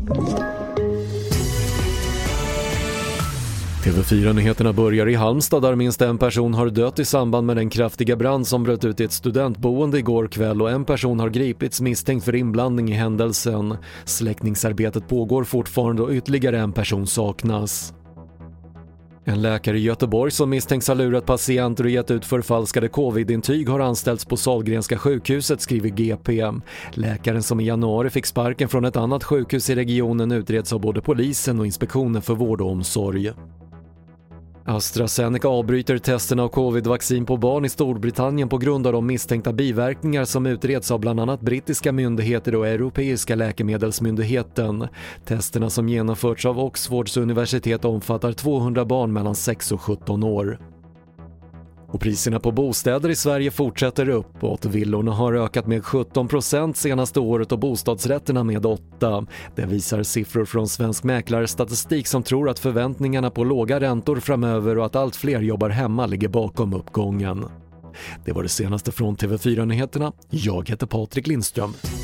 TV4-nyheterna börjar i Halmstad där minst en person har dött i samband med den kraftiga brand som bröt ut i ett studentboende igår kväll och en person har gripits misstänkt för inblandning i händelsen. Släckningsarbetet pågår fortfarande och ytterligare en person saknas. En läkare i Göteborg som misstänks ha lurat patienter och gett ut förfalskade covid-intyg har anställts på Sahlgrenska sjukhuset, skriver GP. Läkaren som i januari fick sparken från ett annat sjukhus i regionen utreds av både polisen och Inspektionen för vård och omsorg. AstraZeneca avbryter testerna av covid-vaccin på barn i Storbritannien på grund av de misstänkta biverkningar som utreds av bland annat brittiska myndigheter och Europeiska läkemedelsmyndigheten. Testerna som genomförts av Oxfords universitet omfattar 200 barn mellan 6 och 17 år. Och priserna på bostäder i Sverige fortsätter uppåt. Villorna har ökat med 17% senaste året och bostadsrätterna med 8%. Det visar siffror från Svensk Mäklarstatistik som tror att förväntningarna på låga räntor framöver och att allt fler jobbar hemma ligger bakom uppgången. Det var det senaste från TV4-nyheterna. Jag heter Patrik Lindström.